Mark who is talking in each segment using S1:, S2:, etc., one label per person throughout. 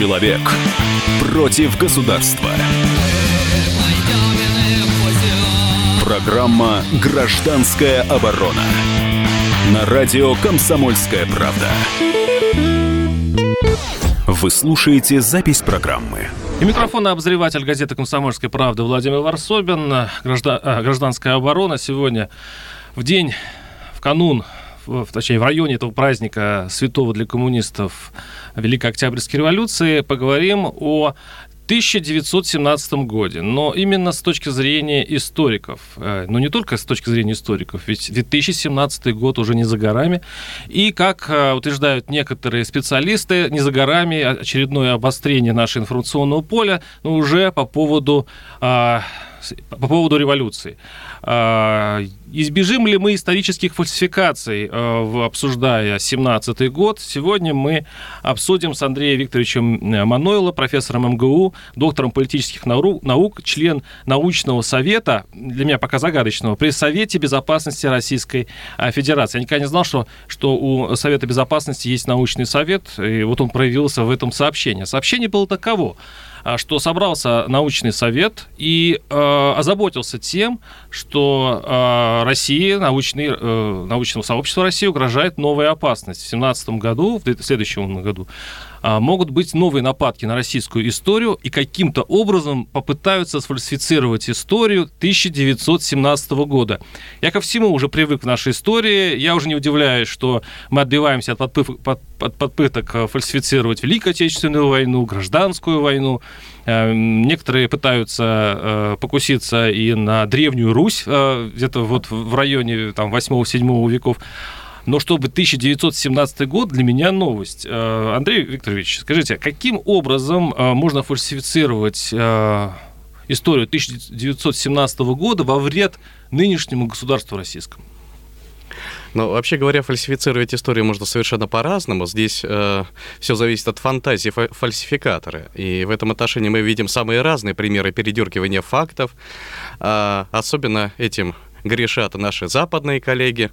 S1: Человек против государства. Программа «Гражданская оборона» на радио «Комсомольская правда». Вы слушаете запись программы.
S2: У микрофона обозреватель газеты «Комсомольская правда» Владимир Варсобин. Гражданская оборона сегодня в канун, точнее, в районе этого праздника святого для коммунистов Великой Октябрьской революции поговорим о 1917 годе, но именно с точки зрения историков. Но не только с точки зрения историков, ведь 2017 год уже не за горами. И, как утверждают некоторые специалисты, не за горами очередное обострение нашего информационного поля, но уже по поводу революции. Избежим ли мы исторических фальсификаций, обсуждая 17-й год? Сегодня мы обсудим с Андреем Викторовичем Манойло, профессором МГУ, доктором политических наук, член научного совета, для меня пока загадочного, при Совете Безопасности Российской Федерации. Я никогда не знал, что у Совета Безопасности есть научный совет, и вот он проявился в этом сообщении. Сообщение было таково, что собрался научный совет и озаботился тем, что России, научному сообществу России угрожает новая опасность. В 2017 году, в следующем году, могут быть новые нападки на российскую историю и каким-то образом попытаются сфальсифицировать историю 1917 года. Я ко всему уже привык в нашей истории. Я уже не удивляюсь, что мы отбиваемся от попыток фальсифицировать Великую Отечественную войну, Гражданскую войну. Некоторые пытаются покуситься и на Древнюю Русь, где-то вот в районе 8-7 веков. Но чтобы 1917 год для меня новость. Андрей Викторович, скажите, каким образом можно фальсифицировать историю 1917 года во вред нынешнему государству российскому?
S3: Ну, вообще говоря, фальсифицировать историю можно совершенно по-разному. Здесь все зависит от фантазии фальсификатора. И в этом отношении мы видим самые разные примеры передергивания фактов. Особенно этим грешат наши западные коллеги.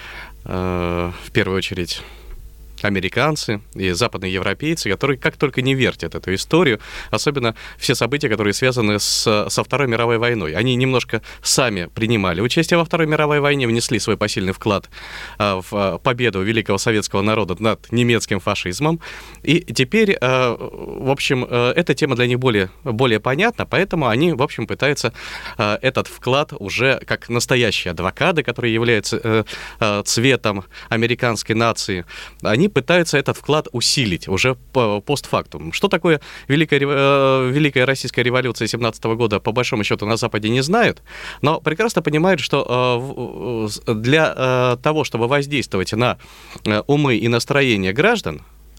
S3: В первую очередь американцы и западные европейцы, которые как только не вертят эту историю, особенно все события, которые связаны со Второй мировой войной. Они немножко сами принимали участие во Второй мировой войне, внесли свой посильный вклад в победу великого советского народа над немецким фашизмом. И теперь, в общем, эта тема для них более понятна, поэтому они, в общем, пытаются этот вклад уже как настоящие адвокаты, которые являются цветом американской нации, они пытаются этот вклад усилить уже постфактум. Что такое Великая Российская революция 17 года, по большому счету, на Западе не знают, но прекрасно понимают, что для того, чтобы воздействовать на умы и настроения граждан,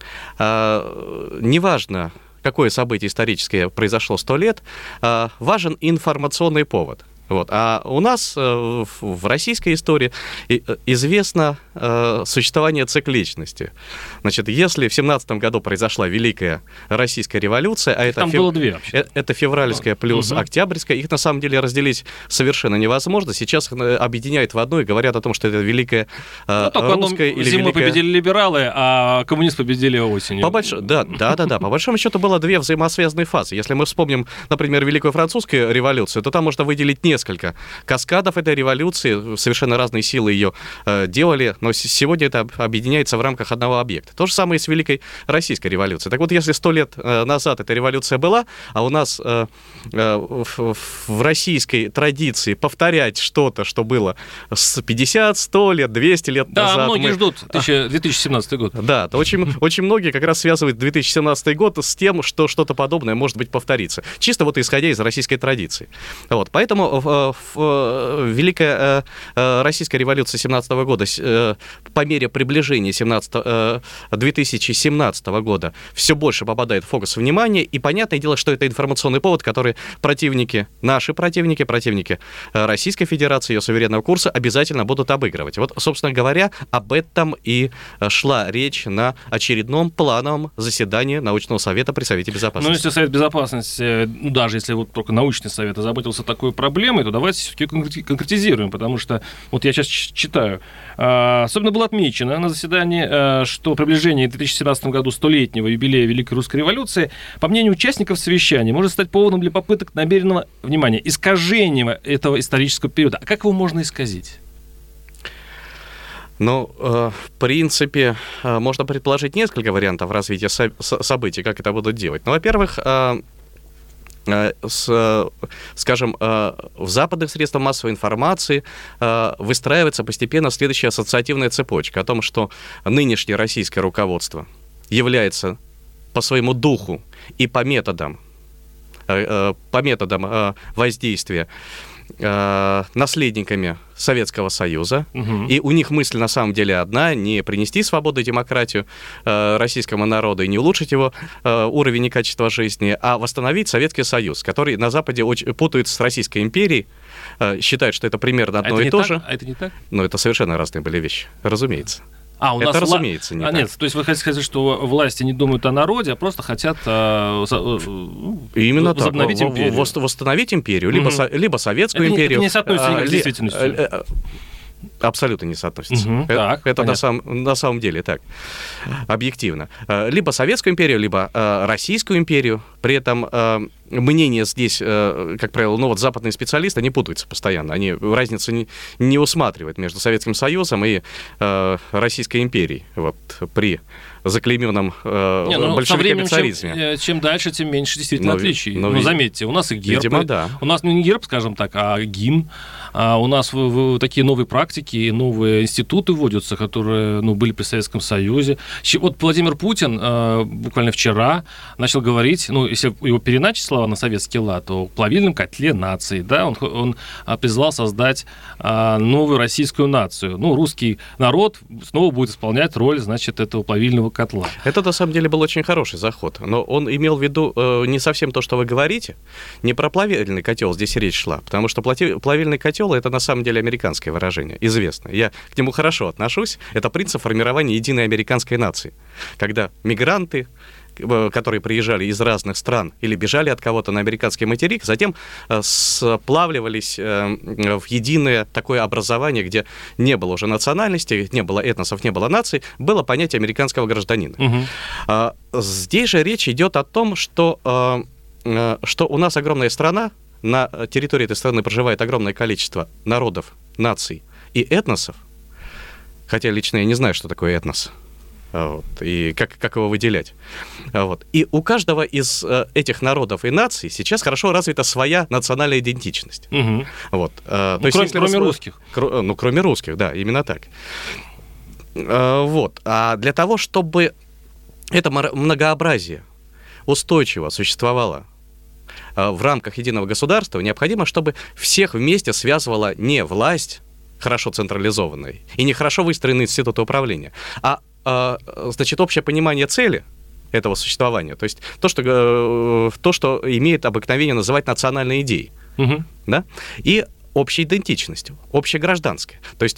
S3: неважно, какое событие историческое произошло 100 лет, важен информационный повод. Вот. А у нас в российской истории известно существование цикличности. Значит, если в 17 году произошла Великая Российская революция, а это, это февральская плюс октябрьская, их на самом деле разделить совершенно невозможно. Сейчас их объединяют в одну и говорят о том, что это Великая Русская или
S2: зимой
S3: Великая...
S2: победили либералы, а коммунисты победили осенью.
S3: Да. По большому счету было две взаимосвязанные фазы. Если мы вспомним, например, Великую Французскую революцию, то там можно выделить несколько каскадов этой революции, совершенно разные силы ее делали, но сегодня это объединяется в рамках одного объекта. То же самое и с Великой Российской революцией. Так вот, если 100 лет назад эта революция была, а у нас в российской традиции повторять что-то, что было с 50, 100 лет, 200 лет назад...
S2: Да, многие ждут 2017 год.
S3: Да, очень многие как раз связывают 2017 год с тем, что что-то подобное может быть повторится. Чисто вот исходя из российской традиции. Вот, поэтому Великая Российская революция 17 года, по мере приближения 2017 года, все больше попадает в фокус внимания, и понятное дело, что это информационный повод, который наши противники Российской Федерации, ее суверенного курса обязательно будут обыгрывать. Вот, собственно говоря, об этом и шла речь на очередном плановом заседании научного совета при Совете Безопасности.
S2: Ну, если Совет Безопасности, даже если вот только научный совет озаботился такой проблемой, темой, то давайте все-таки конкретизируем, потому что вот я сейчас читаю. Особенно было отмечено на заседании, что приближение в 2017 году 100-летнего юбилея Великой Русской революции, по мнению участников совещания, может стать поводом для попыток намеренного, внимания, искажения этого исторического периода. А как его можно исказить?
S3: Ну, в принципе, можно предположить несколько вариантов развития событий, как это будут делать. Ну, во-первых, скажем, в западных средствах массовой информации выстраивается постепенно следующая ассоциативная цепочка о том, что нынешнее российское руководство является по своему духу и по методам воздействия наследниками Советского Союза, и у них мысль на самом деле одна: не принести свободу и демократию российскому народу и не улучшить его уровень и качество жизни, а восстановить Советский Союз, который на Западе очень путают с Российской империей, считают, что это примерно одно и то же.
S2: А это не так?
S3: Но это совершенно разные были вещи, разумеется.
S2: У нас
S3: разумеется, не так.
S2: Нет, то есть вы хотите сказать, что власти не думают о народе, а просто хотят
S3: именно
S2: возобновить
S3: так,
S2: империю.
S3: Восстановить империю, либо Советскую империю.
S2: Это не соотносится с действительностью.
S3: Абсолютно не соотносится. Это на самом деле так, объективно. Либо Советскую империю, либо Российскую империю. При этом мнения здесь, как правило, западные специалисты, они путаются постоянно. Они разницу не усматривают между Советским Союзом и Российской империей при заклейменном большевиками царизме.
S2: Чем дальше, тем меньше действительно отличий. Заметьте, у нас и герб.
S3: Видимо, да.
S2: У нас не герб, скажем так, а гимн. У нас такие новые практики, новые институты вводятся, которые были при Советском Союзе. Вот Владимир Путин буквально вчера начал говорить, если его переначить слова на советский лад, то в плавильном котле нации, да, он призвал создать новую российскую нацию. Русский народ снова будет исполнять роль, этого плавильного котла.
S3: Это, на самом деле, был очень хороший заход, но он имел в виду не совсем то, что вы говорите, не про плавильный котел здесь речь шла, потому что плавильный котел — это, на самом деле, американское выражение, известное. Я к нему хорошо отношусь. Это принцип формирования единой американской нации, когда мигранты, которые приезжали из разных стран или бежали от кого-то на американский материк, затем сплавливались в единое такое образование, где не было уже национальности, не было этносов, не было наций, было понятие американского гражданина. Здесь же речь идет о том, что у нас огромная страна, на территории этой страны проживает огромное количество народов, наций и этносов, хотя лично я не знаю, что такое этнос. И как его выделять. И у каждого из этих народов и наций сейчас хорошо развита своя национальная идентичность.
S2: Кроме русских.
S3: Кроме русских, да, именно так. А для того, чтобы это многообразие устойчиво существовало в рамках единого государства, необходимо, чтобы всех вместе связывала не власть, хорошо централизованная, и не хорошо выстроенный институт управления, а общее понимание цели этого существования, то есть то, что имеет обыкновение называть национальной идеей, да? И общей идентичностью, общегражданской. То есть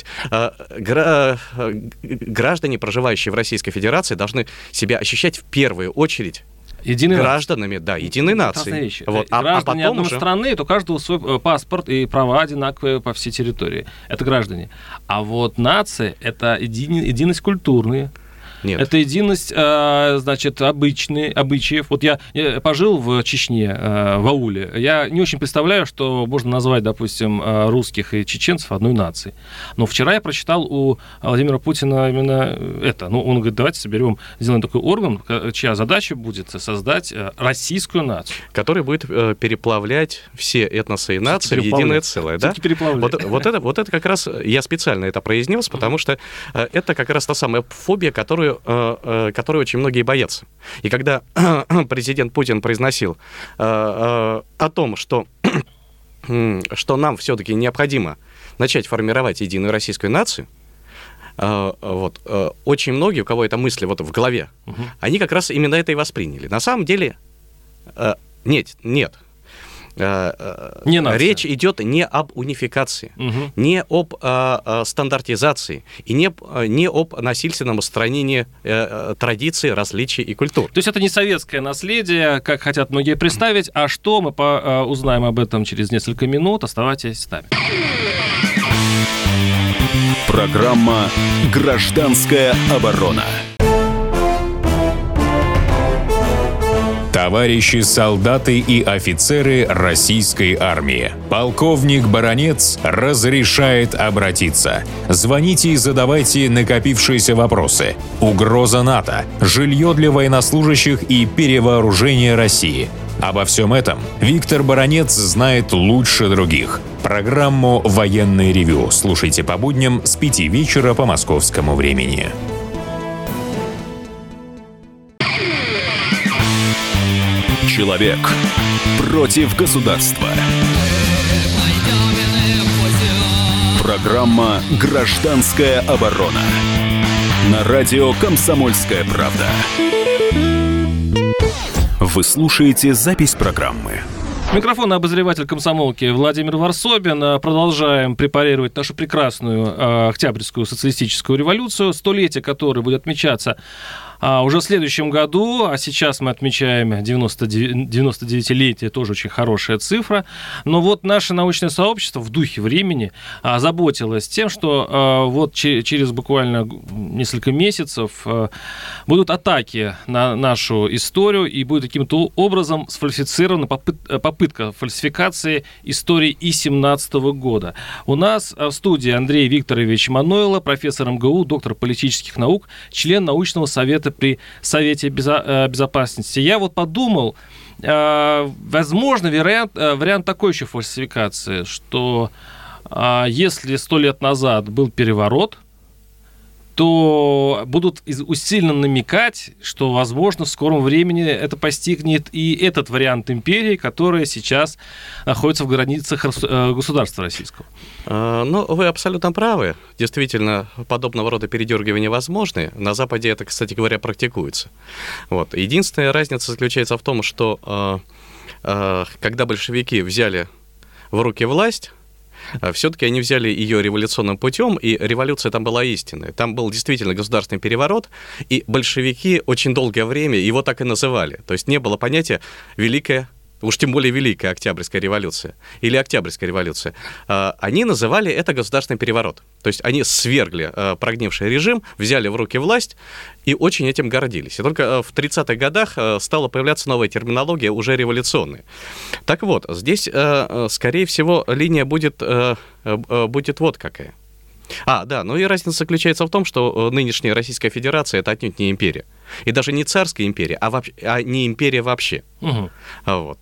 S3: граждане, проживающие в Российской Федерации, должны себя ощущать в первую очередь гражданами, единой нации.
S2: Граждане одной страны, то у каждого свой паспорт и права одинаковые по всей территории. Это граждане. А вот нация — это единость культурная.
S3: Нет.
S2: Это единость, обычаев. Вот я пожил в Чечне, в ауле. Я не очень представляю, что можно назвать, допустим, русских и чеченцев одной нацией. Но вчера я прочитал у Владимира Путина именно это. Он говорит, давайте сделаем такой орган, чья задача будет создать российскую нацию.
S3: Который будет переплавлять все этносы и нации в единое целое. Да? Вот это как раз, я специально это произнес, потому что это как раз та самая фобия, которую очень многие боятся. И когда президент Путин произносил о том, что нам все-таки необходимо начать формировать единую российскую нацию, очень многие, у кого эта мысль в голове, они как раз именно это и восприняли. На самом деле нет. речь идет не об унификации, не об стандартизации и не об насильственном устранении традиций, различий и культур.
S2: То есть это не советское наследие, как хотят многие представить, а что мы узнаем об этом через несколько минут. Оставайтесь с нами.
S1: Программа «Гражданская оборона».
S4: Товарищи солдаты и офицеры российской армии. Полковник Баранец разрешает обратиться. Звоните и задавайте накопившиеся вопросы. Угроза НАТО, жилье для военнослужащих и перевооружение России. Обо всем этом Виктор Баранец знает лучше других. Программу «Военное ревю» слушайте по будням с 5 вечера по московскому времени.
S1: Человек против государства. Программа «Гражданская оборона». На радио «Комсомольская правда». Вы слушаете запись программы.
S2: Микрофон обозреватель комсомолки Владимир Варсобин. Продолжаем препарировать нашу прекрасную Октябрьскую социалистическую революцию, столетие которой будет отмечаться уже в следующем году, а сейчас мы отмечаем 99-летие, тоже очень хорошая цифра. Но вот наше научное сообщество в духе времени озаботилось тем, что вот через буквально несколько месяцев будут атаки на нашу историю, и будет каким-то образом сфальсифицирована попытка фальсификации истории и 17 года. У нас в студии Андрей Викторович Манойло, профессор МГУ, доктор политических наук, член научного совета при Совете Безопасности. Я вот подумал, возможно, вариант такой еще фальсификации, что если 100 лет назад был переворот, то будут усиленно намекать, что, возможно, в скором времени это постигнет и этот вариант империи, которая сейчас находится в границах государства российского.
S3: Ну, вы абсолютно правы. Действительно, подобного рода передергивания возможны. На Западе это, кстати говоря, практикуется. Вот. Единственная разница заключается в том, что когда большевики взяли в руки власть, все-таки они взяли ее революционным путем, и революция там была истинная. Там был действительно государственный переворот, и большевики очень долгое время его так и называли. То есть не было понятия «великая», уж тем более Великая Октябрьская революция или Октябрьская революция. Они называли это государственный переворот. То есть они свергли прогнивший режим, взяли в руки власть и очень этим гордились. И только в 30-х годах стала появляться новая терминология, уже революционная. Так вот, здесь, скорее всего, линия будет вот какая. Да, ну и разница заключается в том, что нынешняя Российская Федерация — это отнюдь не империя. И даже не царская империя, а не империя вообще.
S2: Угу.
S3: Вот.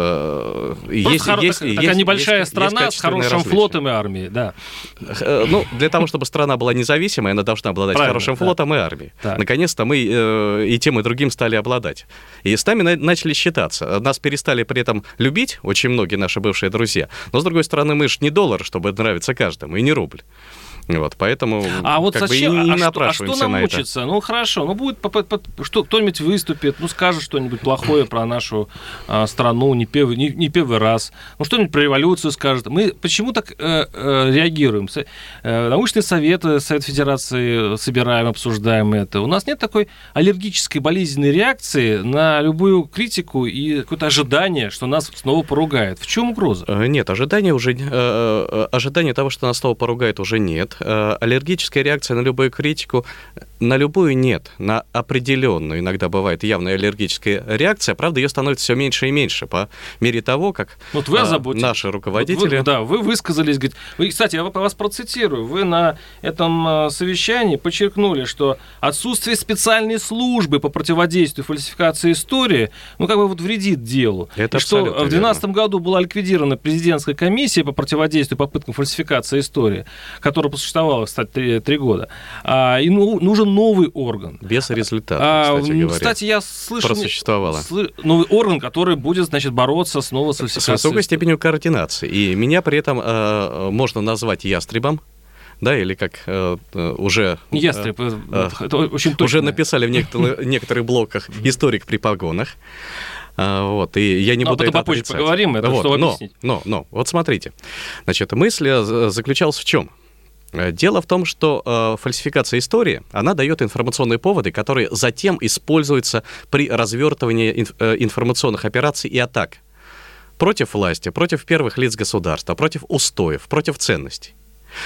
S2: Такая небольшая страна с хорошим флотом и армией, да.
S3: Ну, для того, чтобы страна была независимой, она должна обладать хорошим флотом и армией. Да. Наконец-то мы и тем, и другим стали обладать. И с нами начали считаться. Нас перестали при этом любить очень многие наши бывшие друзья. Но, с другой стороны, мы же не доллар, чтобы нравиться каждому, и не рубль. Вот, поэтому
S2: вот зачем?
S3: И не напрашиваемся
S2: что нам
S3: на
S2: учиться?
S3: это.
S2: Ну, хорошо, будет кто-нибудь выступит, скажет что-нибудь плохое про нашу страну, не первый раз. Что-нибудь про революцию скажет. Мы почему так реагируем? Научные советы, Совет Федерации собираем, обсуждаем это. У нас нет такой аллергической болезненной реакции на любую критику и какое-то ожидание, что нас снова поругают. В чем угроза?
S3: Нет, ожидания того, что нас снова поругают, уже нет. Аллергическая реакция на любую критику, на любую нет, на определенную иногда бывает явная аллергическая реакция, правда, ее становится все меньше и меньше по мере того, как наши руководители...
S2: Вы высказались, кстати, я вас процитирую, вы на этом совещании подчеркнули, что отсутствие специальной службы по противодействию фальсификации истории, вредит делу.
S3: Это
S2: и что в 2012 году была ликвидирована президентская комиссия по противодействию попыткам фальсификации истории, которая существовала, кстати, 3 года. И нужен новый орган.
S3: Без результата, кстати говоря.
S2: Кстати, я слышал...
S3: Просуществовала.
S2: Новый орган, который будет, бороться снова с фальсификацией.
S3: С высокой степенью координации. И меня при этом можно назвать ястребом, да, или как уже...
S2: Ястреб, это очень точно.
S3: Уже написали в некоторых блоках историк при погонах. Вот, и я не буду это
S2: попозже
S3: отрицать.
S2: поговорим, это чтобы объяснить.
S3: Вот смотрите. Значит, мысль заключалась в чем? Дело в том, что фальсификация истории, она дает информационные поводы, которые затем используются при развертывании информационных операций и атак против власти, против первых лиц государства, против устоев, против ценностей.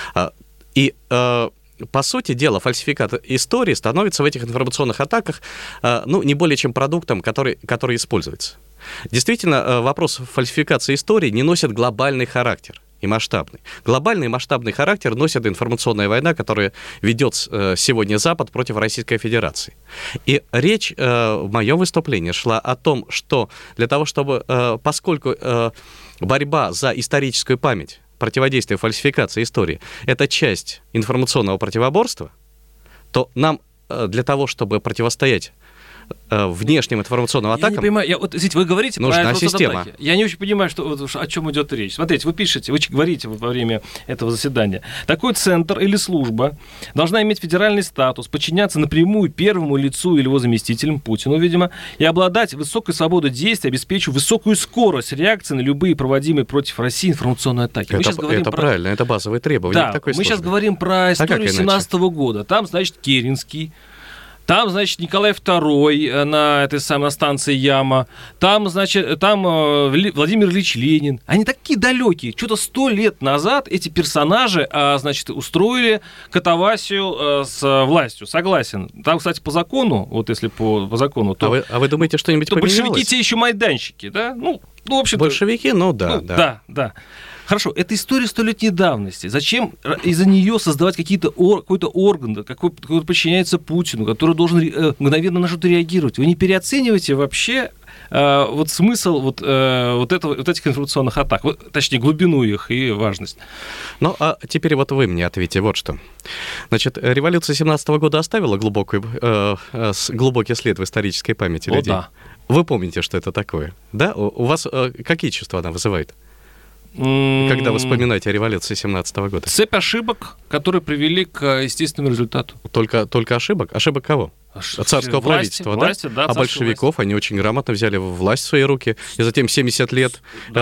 S3: И, по сути дела, фальсификат истории становится в этих информационных атаках не более чем продуктом, который используется. Действительно, вопрос фальсификации истории не носит глобальный характер и масштабный. Глобальный и масштабный характер носит информационная война, которая ведет сегодня Запад против Российской Федерации. И речь в моем выступлении шла о том, что для того, чтобы, поскольку борьба за историческую память, противодействие фальсификации истории — это часть информационного противоборства, то нам для того, чтобы противостоять внешним информационным атакам.
S2: Я не понимаю, извините, вы говорите
S3: нужна
S2: про
S3: система.
S2: атаки. Я не очень понимаю, о чем идет речь. Смотрите, вы говорите во время этого заседания. Такой центр или служба должна иметь федеральный статус, подчиняться напрямую первому лицу или его заместителям, Путину, видимо, и обладать высокой свободой действия, обеспечивая высокую скорость реакции на любые проводимые против России информационные атаки.
S3: Это правильно, это базовые требования.
S2: Да, мы сейчас говорим про историю 17 года. Там, значит, Керенский. Там, значит, Николай II на станции Яма. Там Владимир Ильич Ленин. Они такие далекие. Что-то 100 лет назад эти персонажи, устроили катавасию с властью. Согласен. Там, кстати, по закону, вот если по закону, то...
S3: А вы думаете, что-нибудь поменялось?
S2: Большевики те еще майданщики, да? В общем-то...
S3: Большевики, да.
S2: Хорошо, это история 100-летней давности. Зачем из-за нее создавать какой-то орган, который подчиняется Путину, который должен мгновенно на что-то реагировать? Вы не переоцениваете вообще смысл этих информационных атак, точнее, глубину их и важность?
S3: А теперь вы мне ответьте вот что. Значит, революция 17 года оставила глубокий след в исторической памяти людей?
S2: Да.
S3: Вы помните, что это такое? Да? У вас какие чувства она вызывает? Когда вы вспоминаете о революции 17 года?
S2: Цепь ошибок, которые привели к естественному результату.
S3: Только ошибок? Ошибок кого? Царского правительства,
S2: власти, да?
S3: А большевиков, власть. Они очень грамотно взяли власть в свои руки, и затем 70 лет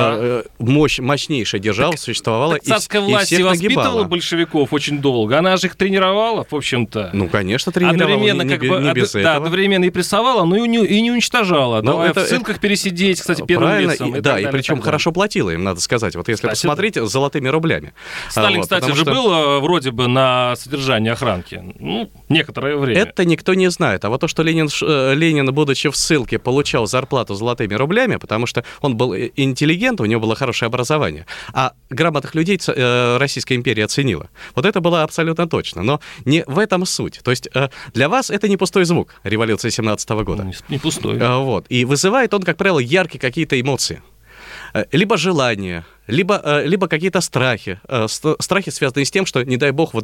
S3: мощнейшая держава существовала,
S2: царская власть и воспитывала большевиков очень долго, она же их тренировала, в общем-то.
S3: Конечно, тренировала, не без этого.
S2: Да, одновременно и прессовала, но и не уничтожала. Давай в ссылках пересидеть, кстати, первым лицом.
S3: И причем хорошо платила им, надо сказать. Вот если посмотреть, золотыми рублями.
S2: Сталин, кстати, же был вроде бы на содержании охранки. Некоторое время.
S3: Это никто не знает. А вот то, что Ленин, будучи в ссылке, получал зарплату золотыми рублями, потому что он был интеллигент, у него было хорошее образование, а грамотных людей Российская империя оценила. Вот это было абсолютно точно. Но не в этом суть. То есть для вас это не пустой звук, революция 17 года.
S2: Не пустой.
S3: И вызывает он, как правило, яркие какие-то эмоции. Либо желание, либо какие-то страхи. Страхи, связанные с тем, что, не дай бог,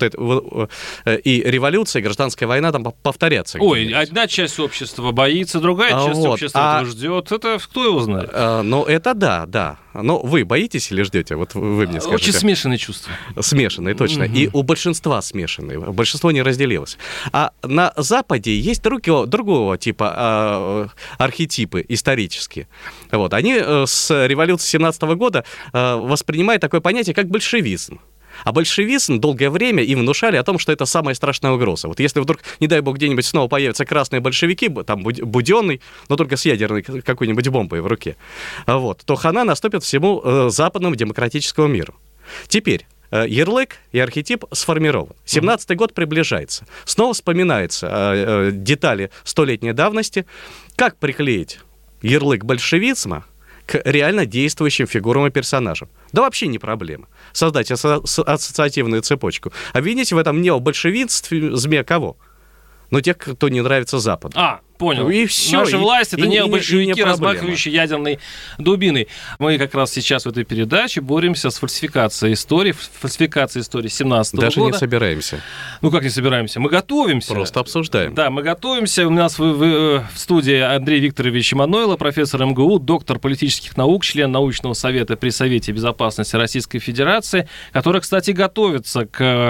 S3: и революция, и гражданская война там повторятся.
S2: Одна часть общества боится, другая часть общества этого ждет. Это кто его знает?
S3: Это да. Но вы боитесь или ждете? Вот вы мне скажите.
S2: Очень смешанные чувства.
S3: Смешанные, точно. И у большинства смешанные. Большинство не разделилось. А на Западе есть другого типа архетипы исторические. Они с революции 17 года воспринимают такое понятие, как большевизм. А большевизм долгое время им внушали о том, что это самая страшная угроза. Вот если вдруг, не дай бог, где-нибудь снова появятся красные большевики, там Буденный, но только с ядерной какой-нибудь бомбой в руке, то хана наступит всему западному демократическому миру. Теперь ярлык и архетип сформирован. 17-й год приближается. Снова вспоминаются детали 100-летней давности. Как приклеить ярлык большевизма к реально действующим фигурам и персонажам? Да вообще не проблема. Создать ассоциативную цепочку. Обвинить в этом необольшевизме кого? Тех, кто не нравится Западу.
S2: Понял.
S3: И все.
S2: Наша власть — это необольшевики, размахивающие ядерной дубиной. Мы как раз сейчас в этой передаче боремся с фальсификацией истории 17 года.
S3: Даже не собираемся.
S2: Как не собираемся? Мы готовимся.
S3: Просто обсуждаем.
S2: Да, мы готовимся. У нас в студии Андрей Викторович Манойло, профессор МГУ, доктор политических наук, член научного совета при Совете безопасности Российской Федерации, который, кстати, готовится к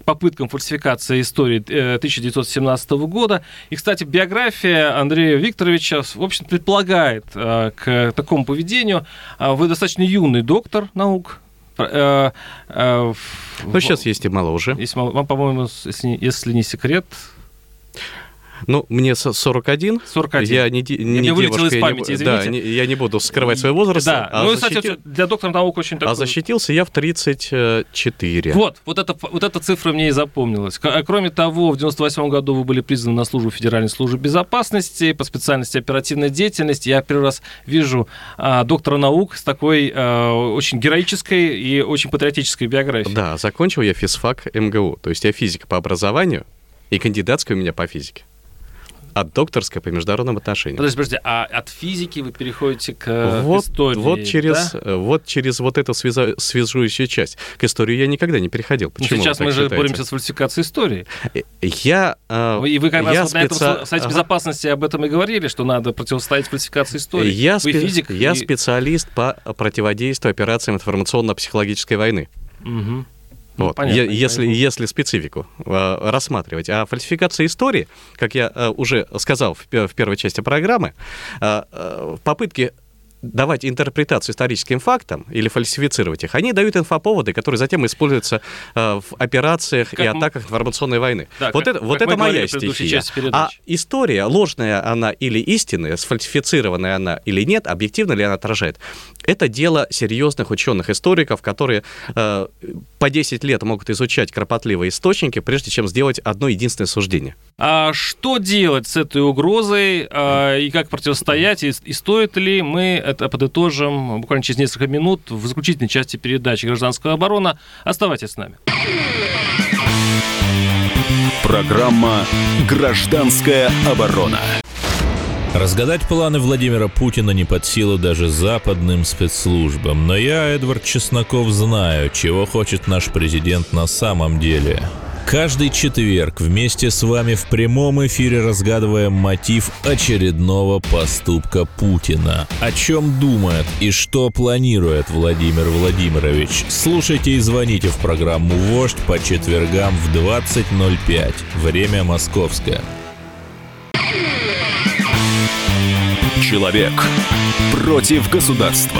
S2: попыткам фальсификации истории 1917 года. И, кстати, биография Андрея Викторовича, в общем, предполагает к такому поведению. Вы достаточно юный доктор наук.
S3: Ну, сейчас есть и моложе.
S2: Вам, по-моему, если не секрет...
S3: Ну, мне 41.
S2: 41.
S3: Я не
S2: вылетел из памяти, извините.
S3: Да, я не буду скрывать свой возраст.
S2: Да, кстати, для доктора наук очень такой...
S3: А защитился я в 34.
S2: Вот эта цифра мне и запомнилась. Кроме того, в 98 году вы были призваны на службу Федеральной службы безопасности по специальности оперативная деятельность. Я первый раз вижу доктора наук с такой очень героической и очень патриотической биографией.
S3: Да, закончил я физфак МГУ. То есть я физик по образованию, и кандидатская у меня по физике. А докторская по международным отношениям.
S2: Подождите, а от физики вы переходите к истории,
S3: вот через вот эту связующую часть. К истории я никогда не переходил. Почему?
S2: Сейчас мы же боремся с фальсификацией истории.
S3: И вы
S2: как раз на этом Совете Безопасности об этом и говорили, что надо противостоять фальсификации истории.
S3: Вы физик. Я специалист по противодействию операциям информационно-психологической войны.
S2: Угу.
S3: Вот.
S2: Понятно,
S3: если специфику рассматривать. А фальсификация истории, как я уже сказал в первой части программы, попытки давать интерпретацию историческим фактам или фальсифицировать их, они дают инфоповоды, которые затем используются в операциях и атаках информационной войны.
S2: Да,
S3: вот это моя стихия. А история, ложная она или истинная, сфальсифицированная она или нет, объективно ли она отражает, это дело серьезных ученых-историков, которые по 10 лет могут изучать кропотливые источники, прежде чем сделать одно единственное суждение.
S2: А что делать с этой угрозой и как противостоять, и стоит ли мы это подытожим буквально через несколько минут в заключительной части передачи «Гражданская оборона». Оставайтесь с нами.
S1: Программа «Гражданская оборона».
S5: Разгадать планы Владимира Путина не под силу даже западным спецслужбам. Но я, Эдвард Чесноков, знаю, чего хочет наш президент на самом деле. Каждый четверг вместе с вами в прямом эфире разгадываем мотив очередного поступка Путина. О чем думает и что планирует Владимир Владимирович? Слушайте и звоните в программу «Вождь» по четвергам в 20:05. Время московское.
S1: Человек против государства.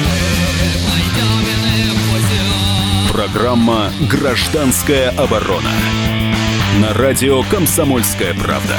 S1: Программа «Гражданская оборона». На радио «Комсомольская правда».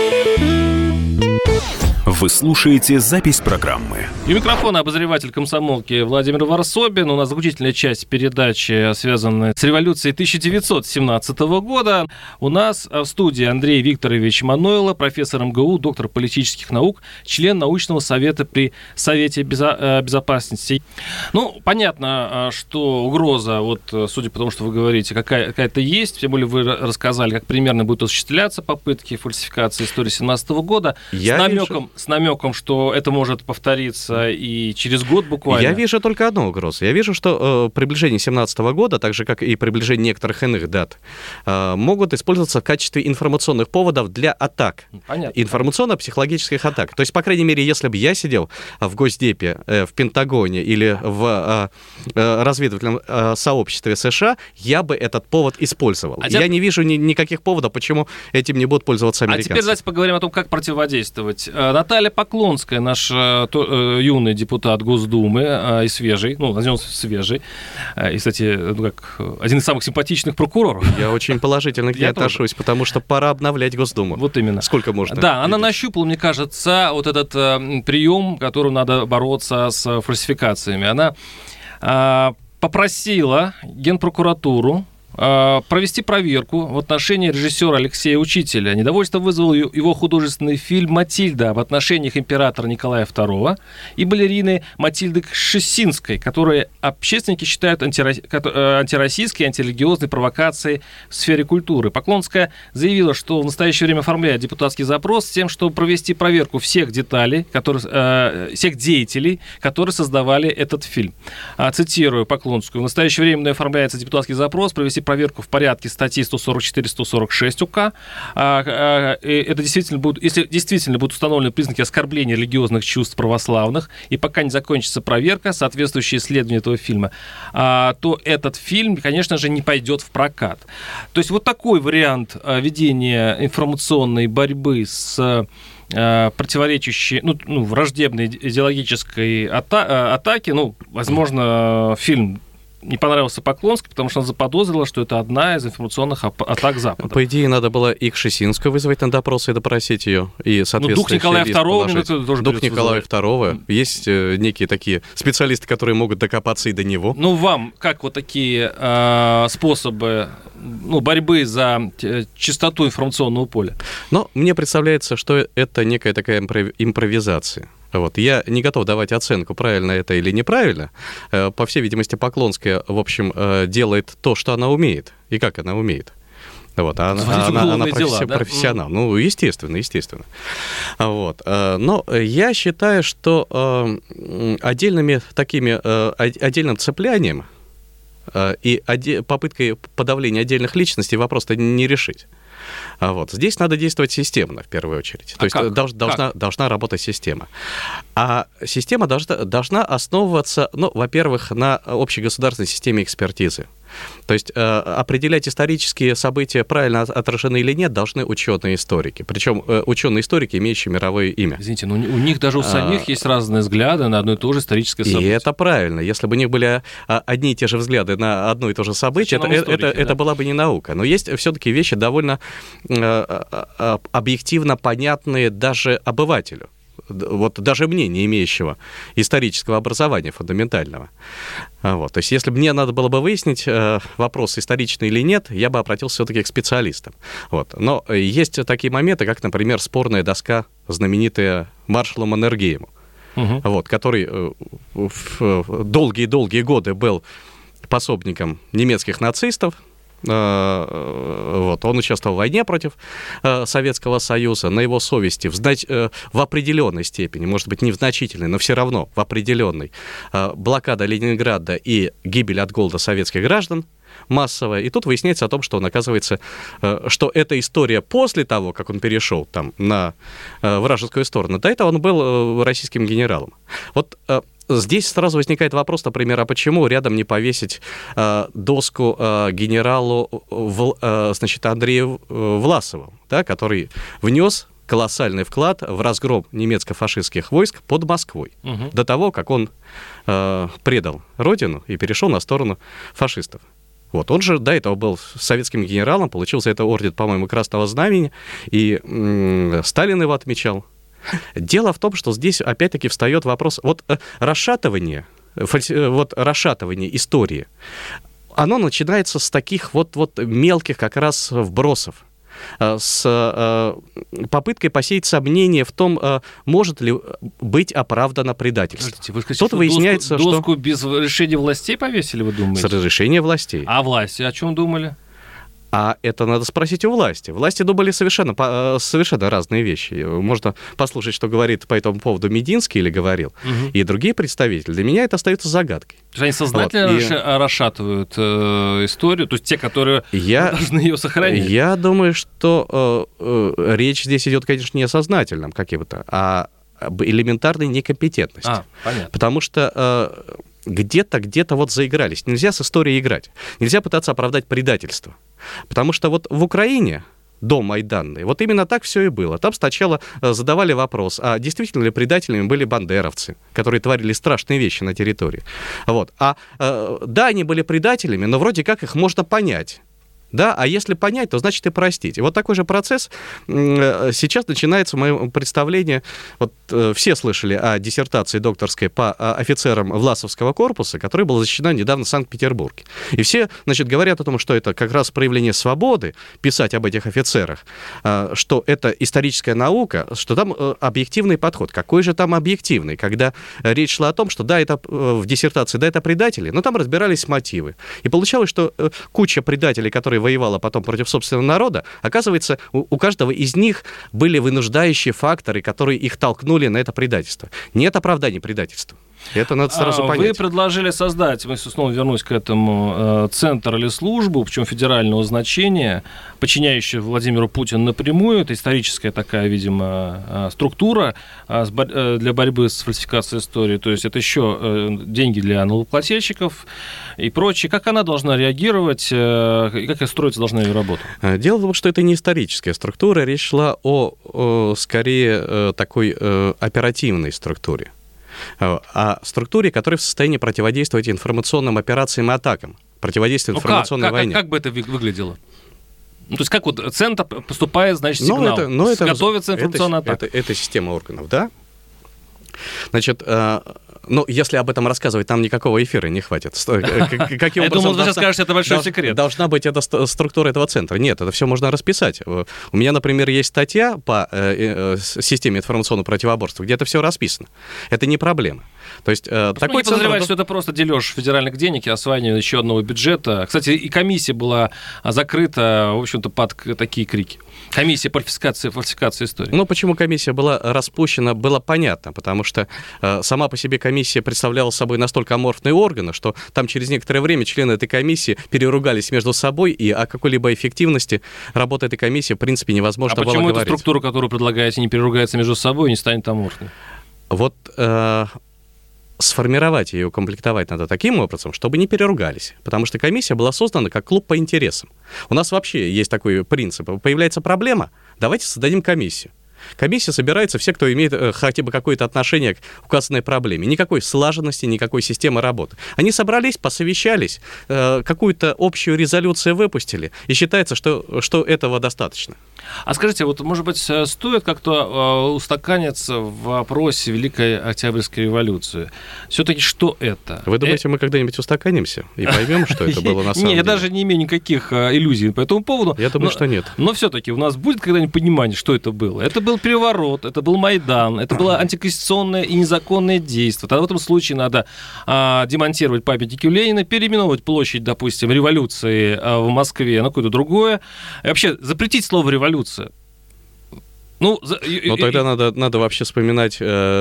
S1: Вы слушаете запись программы.
S2: И микрофон обозреватель комсомолки Владимир Варсобин. У нас заключительная часть передачи, связанная с революцией 1917 года. У нас в студии Андрей Викторович Манойло, профессор МГУ, доктор политических наук, член научного совета при Совете Безопасности. Ну, понятно, что угроза, вот, судя по тому, что вы говорите, какая-то есть. Тем более вы рассказали, как примерно будут осуществляться попытки фальсификации истории 17 года. С намеком, что это может повториться и через год буквально.
S3: Я вижу только одну угрозу. Я вижу, что приближение 17 года, так же, как и приближение некоторых иных дат, могут использоваться в качестве информационных поводов для атак.
S2: Понятно.
S3: Информационно-психологических атак. То есть, по крайней мере, если бы я сидел в Госдепе, в Пентагоне или в разведывательном сообществе США, я бы этот повод использовал. Я не вижу никаких поводов, почему этим не будут пользоваться американцы.
S2: А теперь давайте поговорим о том, как противодействовать. Наталья Поклонская, наш юный депутат Госдумы и свежий, назовем свежий, и, кстати, один из самых симпатичных прокуроров.
S3: Я очень положительно к ней отношусь, потому что пора обновлять Госдуму.
S2: Вот именно.
S3: Сколько можно?
S2: Да, она нащупала, мне кажется, вот этот прием, которым надо бороться с фальсификациями. Она попросила Генпрокуратуру провести проверку в отношении режиссера Алексея Учителя. Недовольство вызвал его художественный фильм «Матильда» в отношениях императора Николая II и балерины Матильды Кшесинской, которые общественники считают антироссийской и антирелигиозной провокацией в сфере культуры. Поклонская заявила, что в настоящее время оформляет депутатский запрос с тем, чтобы провести проверку всех деталей, всех деятелей, которые создавали этот фильм. Цитирую Поклонскую. В настоящее время оформляется депутатский запрос провести провести проверку в порядке статьи 144-146 УК. Это действительно будет, если действительно будут установлены признаки оскорбления религиозных чувств православных, и пока не закончится проверка, соответствующее исследование этого фильма, то этот фильм, конечно же, не пойдет в прокат. То есть вот такой вариант ведения информационной борьбы с противоречащей, враждебной идеологической атаки. Возможно, фильм не понравился Поклонской, потому что она заподозрила, что это одна из информационных атак Запада.
S3: По идее, надо было и Кшесинскую вызвать на допрос и допросить ее. И,
S2: дух Николая II.
S3: Дух Николая II. Есть некие такие специалисты, которые могут докопаться и до него.
S2: Вам как вот такие способы борьбы за чистоту информационного поля?
S3: Мне представляется, что это некая такая импровизация. Я не готов давать оценку, правильно это или неправильно. По всей видимости, Поклонская, в общем, делает то, что она умеет, и как она умеет. Она профессионал. Естественно. Но я считаю, что отдельным цеплянием и попыткой подавления отдельных личностей вопрос-то не решить. Здесь надо действовать системно, в первую очередь. То есть должна работать система. А система должна основываться, во-первых, на общегосударственной системе экспертизы. То есть определять исторические события, правильно отражены или нет, должны ученые-историки. Причем ученые-историки, имеющие мировое имя.
S2: Извините, но у них даже у самих есть разные взгляды на одно и то же историческое событие.
S3: И это правильно. Если бы у них были одни и те же взгляды на одно и то же собобытие, это была бы не наука. Но есть все-таки вещи довольно объективно понятные даже обывателю. Даже мне, не имеющего исторического образования фундаментального. То есть, если бы мне надо было бы выяснить, вопрос историчный или нет, я бы обратился все-таки к специалистам. Но есть такие моменты, как, например, спорная доска, знаменитая маршалом Маннергейму, который долгие-долгие годы был пособником немецких нацистов. Он участвовал в войне против Советского Союза. На его совести в определенной степени, может быть, не в значительной, но все равно в определенной, блокада Ленинграда и гибель от голода советских граждан массовая. И тут выясняется о том, что он, оказывается, что эта история после того, как он перешел на вражескую сторону, до этого он был российским генералом. Здесь сразу возникает вопрос, например, а почему рядом не повесить доску генералу Андрею Власову, который внес колоссальный вклад в разгром немецко-фашистских войск под Москвой, до того, как он предал родину и перешел на сторону фашистов. Он же до этого был советским генералом, получил за это орден, по-моему, Красного Знамени, и Сталин его отмечал. Дело в том, что здесь опять-таки встает вопрос, расшатывание истории, оно начинается с таких мелких как раз вбросов, с попыткой посеять сомнения в том, может ли быть оправдано предательство.
S2: Подождите, вы хотите, выясняется, доску без решения властей повесили, вы думаете?
S3: С разрешения властей.
S2: А власти о чем думали?
S3: А это надо спросить у власти. Власти думали совершенно разные вещи. Можно послушать, что говорит по этому поводу Мединский или говорил, и другие представители. Для меня это остается загадкой.
S2: То есть они сознательно расшатывают историю, то есть те, которые должны ее сохранить?
S3: Я думаю, что речь здесь идет, конечно, не о сознательном каким-то, а об элементарной некомпетентности.
S2: Понятно.
S3: Потому что где-то заигрались. Нельзя с историей играть. Нельзя пытаться оправдать предательство. Потому что в Украине, до Майданной, именно так все и было. Там сначала задавали вопрос, а действительно ли предателями были бандеровцы, которые творили страшные вещи на территории. Да, они были предателями, но вроде как их можно понять. Да, а если понять, то значит и простить. И такой же процесс сейчас начинается в моем представлении. Все слышали о диссертации докторской по офицерам Власовского корпуса, которая была защищена недавно в Санкт-Петербурге. И все, говорят о том, что это как раз проявление свободы писать об этих офицерах, что это историческая наука, что там объективный подход. Какой же там объективный? Когда речь шла о том, что да, это в диссертации, да, это предатели, но там разбирались мотивы. И получалось, что куча предателей, которые воевала потом против собственного народа, оказывается, у каждого из них были вынуждающие факторы, которые их толкнули на это предательство. Нет оправдания предательству. Это надо сразу понять.
S2: Вы предложили создать, мы снова вернусь к этому, центр или службу, причем федерального значения, подчиняющую Владимиру Путину напрямую. Это историческая такая, видимо, структура для борьбы с фальсификацией истории. То есть это еще деньги для налогоплательщиков и прочее. Как она должна реагировать, и как строиться должна ее работа?
S3: Дело в том, что это не историческая структура. Речь шла о скорее, такой оперативной структуре. О структуре, которая в состоянии противодействовать информационным операциям и атакам, противодействовать информационной войне.
S2: Как бы это выглядело? Ну, то есть как вот центр поступает, значит, сигнал, готовится информационная атака?
S3: Это система органов, да? Значит, если об этом рассказывать, там никакого эфира не хватит.
S2: Я думал, вы сейчас скажете, это большой секрет.
S3: Должна быть эта структура этого центра. Нет, это все можно расписать. У меня, например, есть статья по системе информационного противоборства, где это все расписано. Это не проблема. То есть такой
S2: центр... подозревать, что это просто дележ федеральных денег и осваивание еще одного бюджета. Кстати, и комиссия была закрыта, в общем-то, под такие крики. Комиссия по фальсификации истории.
S3: Ну, почему комиссия была распущена, было понятно, потому что сама по себе комиссия представляла собой настолько аморфные органы, что там через некоторое время члены этой комиссии переругались между собой, и о какой-либо эффективности работы этой комиссии, в принципе, невозможно было говорить.
S2: А почему эта структура, которую предлагаете, не переругается между собой и не станет аморфной?
S3: Вот... сформировать ее, укомплектовать надо таким образом, чтобы не переругались. Потому что комиссия была создана как клуб по интересам. У нас вообще есть такой принцип. Появляется проблема, давайте создадим комиссию. Комиссия собирается все, кто имеет хотя бы какое-то отношение к указанной проблеме. Никакой слаженности, никакой системы работы. Они собрались, посовещались, какую-то общую резолюцию выпустили, и считается, что этого достаточно.
S2: А скажите, вот, может быть, стоит как-то устаканиться в вопросе Великой Октябрьской революции? Все-таки что это?
S3: Вы думаете, мы когда-нибудь устаканимся и поймем, что это было на самом деле?
S2: Нет, я даже не имею никаких иллюзий по этому поводу.
S3: Я думаю, что нет.
S2: Но все-таки у нас будет когда-нибудь понимание, что это было? Это был переворот, это был Майдан, это было антиконституционное и незаконное действие. Тогда в этом случае надо демонтировать памятники Ленина, переименовать площадь, допустим, революции в Москве на какое-то другое. И вообще запретить слово «революция». Но
S3: тогда надо вообще вспоминать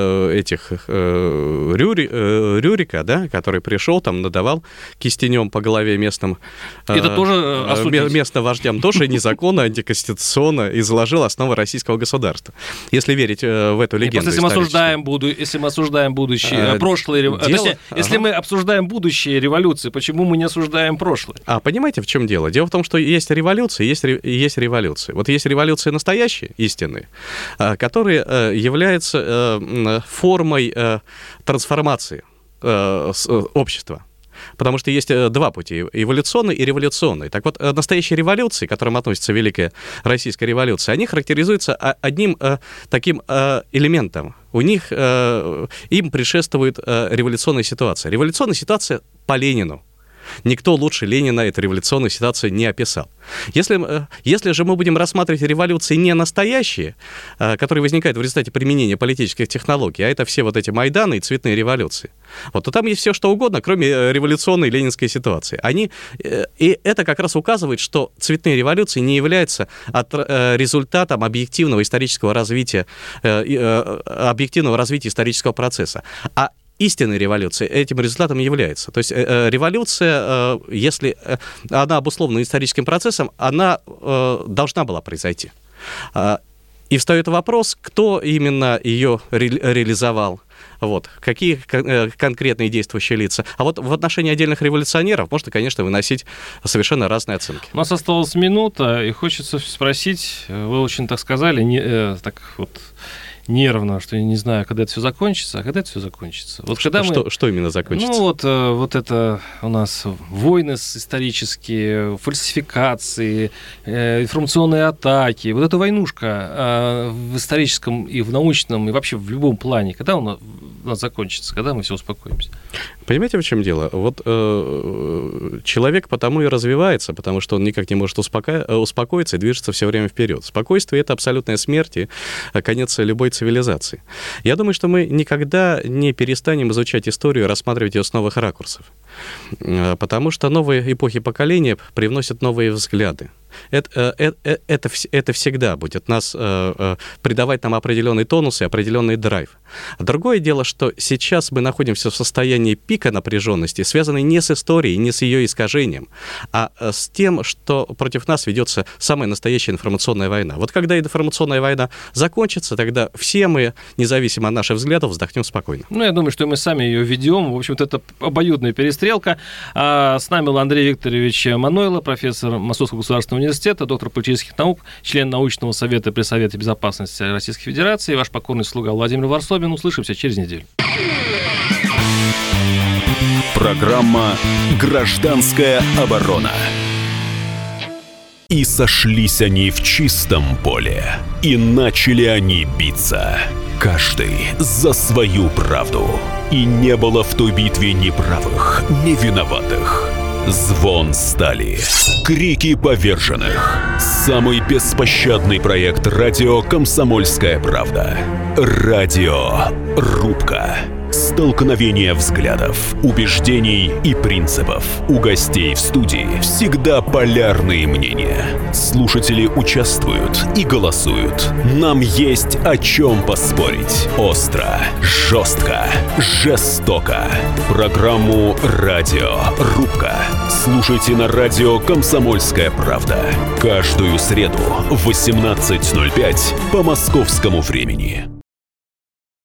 S3: Рюрика, да, который пришел, там надавал кистенем по голове местным.
S2: Это тоже осудить.
S3: Местным вождям тоже незаконно, антиконституционно изложил основы российского государства. Если верить в эту легенду.
S2: Если мы осуждаем будущее, прошлое, если мы обсуждаем будущее революции, почему мы не осуждаем прошлое?
S3: Понимаете, в чем дело? Дело в том, что есть революции, есть революции. Вот есть революции настоящие, истинные, которые являются формой трансформации общества. Потому что есть два пути – эволюционный и революционный. Так вот, настоящие революции, к которым относится Великая Российская революция, они характеризуются одним таким элементом. Им предшествует революционная ситуация. Революционная ситуация по Ленину. Никто лучше Ленина эту революционную ситуацию не описал. Если же мы будем рассматривать революции не настоящие, которые возникают в результате применения политических технологий, а это все вот эти Майданы и цветные революции, то там есть все что угодно, кроме революционной ленинской ситуации. И это как раз указывает, что цветные революции не являются результатом объективного развития исторического процесса, а истинной революция этим результатом является. То есть революция, если она обусловлена историческим процессом, она должна была произойти. И встает вопрос, кто именно ее реализовал. Какие конкретные действующие лица. А вот в отношении отдельных революционеров можно, конечно, выносить совершенно разные оценки.
S2: У нас осталась минута, и хочется спросить, вы очень так сказали, нервно, что я не знаю, когда это все закончится. А когда это все закончится?
S3: Что именно закончится?
S2: Вот это у нас войны исторические, фальсификации, информационные атаки. Вот эта войнушка в историческом и в научном, и вообще в любом плане. Когда у нас закончится? Когда мы все успокоимся?
S3: Понимаете, в чем дело? Человек потому и развивается, потому что он никак не может успокоиться и движется все время вперед. Спокойствие — это абсолютная смерть и конец любой цивилизации. Я думаю, что мы никогда не перестанем изучать историю и рассматривать ее с новых ракурсов. Потому что новые эпохи поколения привносят новые взгляды. Это всегда будет нас придавать нам определенный тонус и определенный драйв. Другое дело, что сейчас мы находимся в состоянии пика напряженности, связанной не с историей, не с ее искажением, а с тем, что против нас ведется самая настоящая информационная война. Вот когда информационная война закончится, тогда все мы, независимо от наших взглядов, вздохнем спокойно.
S2: Я думаю, что мы сами ее ведем. В общем-то, это обоюдная перестрелка. С нами был Андрей Викторович Манойло, профессор Московского государственного университета, доктор политических наук, член научного совета при Совете безопасности Российской Федерации, ваш покорный слуга Владимир Варсобин. Услышимся через неделю.
S1: Программа «Гражданская оборона». И сошлись они в чистом поле, и начали они биться, каждый за свою правду. И не было в той битве ни правых, ни виноватых. Звон стали, крики поверженных. Самый беспощадный проект радио «Комсомольская правда». Радиорубка. Столкновение взглядов, убеждений и принципов. У гостей в студии всегда полярные мнения. Слушатели участвуют и голосуют. Нам есть о чем поспорить. Остро, жестко, жестоко. Программу «Радиорубка» слушайте на радио «Комсомольская правда». Каждую среду в 18:05 по московскому времени.